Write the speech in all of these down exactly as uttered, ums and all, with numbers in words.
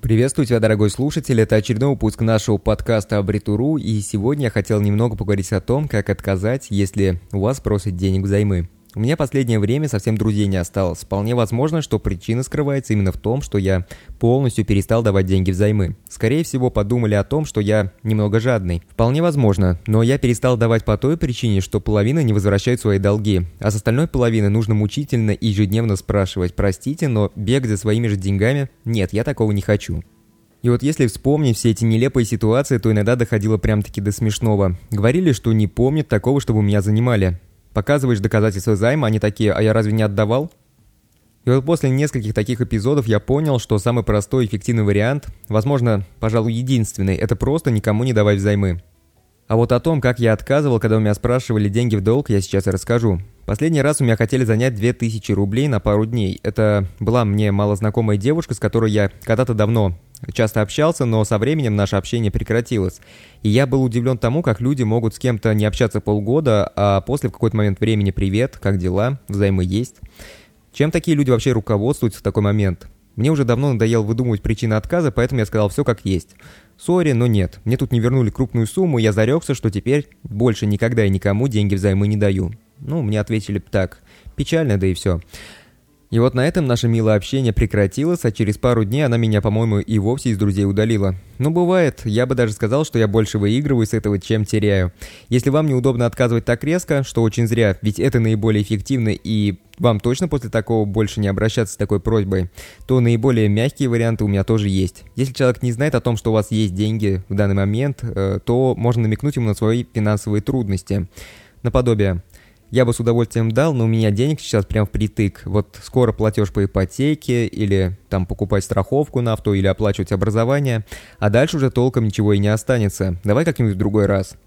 Приветствую тебя, дорогой слушатель, это очередной выпуск нашего подкаста Абритуру, и сегодня я хотел немного поговорить о том, как отказать, если у вас просят денег взаймы. У меня последнее время совсем друзей не осталось. Вполне возможно, что причина скрывается именно в том, что я полностью перестал давать деньги взаймы. Скорее всего, подумали о том, что я немного жадный. Вполне возможно, но я перестал давать по той причине, что половина не возвращает свои долги, а с остальной половины нужно мучительно и ежедневно спрашивать: простите, но бегать за своими же деньгами? Нет, я такого не хочу. И вот если вспомнить все эти нелепые ситуации, то иногда доходило прям-таки до смешного. Говорили, что не помнят такого, чтобы меня занимали. Показываешь доказательства займа, они такие: а я разве не отдавал? И вот после нескольких таких эпизодов я понял, что самый простой и эффективный вариант, возможно, пожалуй, единственный, это просто никому не давать взаймы. А вот о том, как я отказывал, когда у меня спрашивали деньги в долг, я сейчас и расскажу. Последний раз у меня хотели занять две тысячи рублей на пару дней. Это была мне малознакомая девушка, с которой я когда-то давно часто общался, но со временем наше общение прекратилось. И я был удивлен тому, как люди могут с кем-то не общаться полгода, а после в какой-то момент времени: привет, как дела, взаймы есть. Чем такие люди вообще руководствуются в такой момент? Мне уже давно надоело выдумывать причины отказа, поэтому я сказал все как есть. Сори, но нет, мне тут не вернули крупную сумму, и я зарекся, что теперь больше никогда и никому деньги взаймы не даю. Ну, мне ответили так: печально, да и все. И вот на этом наше милое общение прекратилось, а через пару дней она меня, по-моему, и вовсе из друзей удалила. Ну, бывает, я бы даже сказал, что я больше выигрываю с этого, чем теряю. Если вам неудобно отказывать так резко, что очень зря, ведь это наиболее эффективно, и вам точно после такого больше не обращаться с такой просьбой, то наиболее мягкие варианты у меня тоже есть. Если человек не знает о том, что у вас есть деньги в данный момент, то можно намекнуть ему на свои финансовые трудности. Наподобие: я бы с удовольствием дал, но у меня денег сейчас прям впритык. Вот скоро платеж по ипотеке, или там покупать страховку на авто, или оплачивать образование, а дальше уже толком ничего и не останется. Давай как-нибудь в другой раз.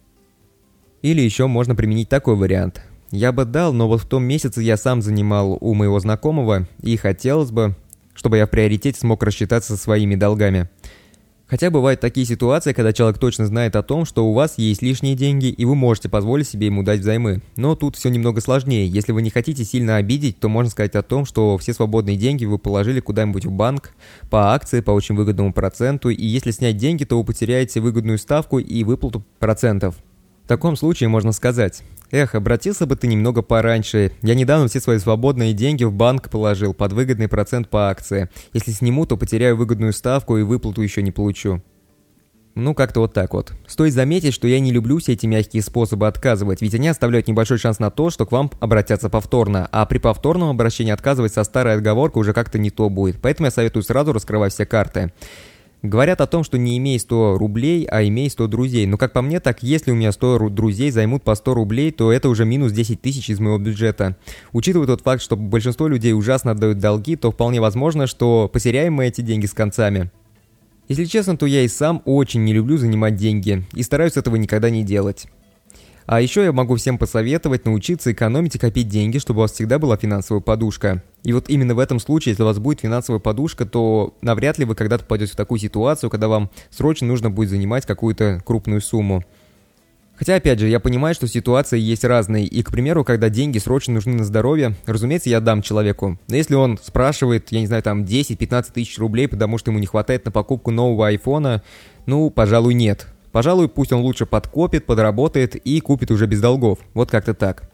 Или еще можно применить такой вариант: я бы дал, но вот в том месяце я сам занимал у моего знакомого, и хотелось бы, чтобы я в приоритете смог рассчитаться со своими долгами. Хотя бывают такие ситуации, когда человек точно знает о том, что у вас есть лишние деньги, и вы можете позволить себе ему дать взаймы. Но тут все немного сложнее. Если вы не хотите сильно обидеть, то можно сказать о том, что все свободные деньги вы положили куда-нибудь в банк, по акции, по очень выгодному проценту, и если снять деньги, то вы потеряете выгодную ставку и выплату процентов. В таком случае можно сказать: эх, обратился бы ты немного пораньше. Я недавно все свои свободные деньги в банк положил под выгодный процент по акции. Если сниму, то потеряю выгодную ставку и выплату еще не получу. Ну, как-то вот так вот. Стоит заметить, что я не люблю все эти мягкие способы отказывать, ведь они оставляют небольшой шанс на то, что к вам обратятся повторно, а при повторном обращении отказывать со старой отговоркой уже как-то не то будет. Поэтому я советую сразу раскрывать все карты. Говорят о том, что не имей сто рублей, а имей сто друзей. Но как по мне, так если у меня сто друзей займут по сто рублей, то это уже минус десять тысяч из моего бюджета. Учитывая тот факт, что большинство людей ужасно отдают долги, то вполне возможно, что потеряем мы эти деньги с концами. Если честно, то я и сам очень не люблю занимать деньги и стараюсь этого никогда не делать. А еще я могу всем посоветовать научиться экономить и копить деньги, чтобы у вас всегда была финансовая подушка. И вот именно в этом случае, если у вас будет финансовая подушка, то навряд ли вы когда-то попадете в такую ситуацию, когда вам срочно нужно будет занимать какую-то крупную сумму. Хотя, опять же, я понимаю, что ситуации есть разные, и, к примеру, когда деньги срочно нужны на здоровье, разумеется, я дам человеку. Но если он спрашивает, я не знаю, там десять-пятнадцать тысяч рублей, потому что ему не хватает на покупку нового айфона, ну, пожалуй, нет. Пожалуй, пусть он лучше подкопит, подработает и купит уже без долгов. Вот как-то так.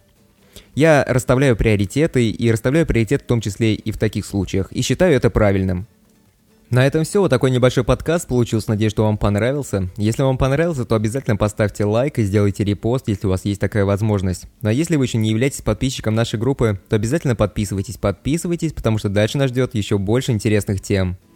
Я расставляю приоритеты, и расставляю приоритет в том числе и в таких случаях, и считаю это правильным. На этом все. Вот такой небольшой подкаст получился. Надеюсь, что вам понравился. Если вам понравился, то обязательно поставьте лайк и сделайте репост, если у вас есть такая возможность. Ну а если вы еще не являетесь подписчиком нашей группы, то обязательно подписывайтесь, подписывайтесь, потому что дальше нас ждет еще больше интересных тем.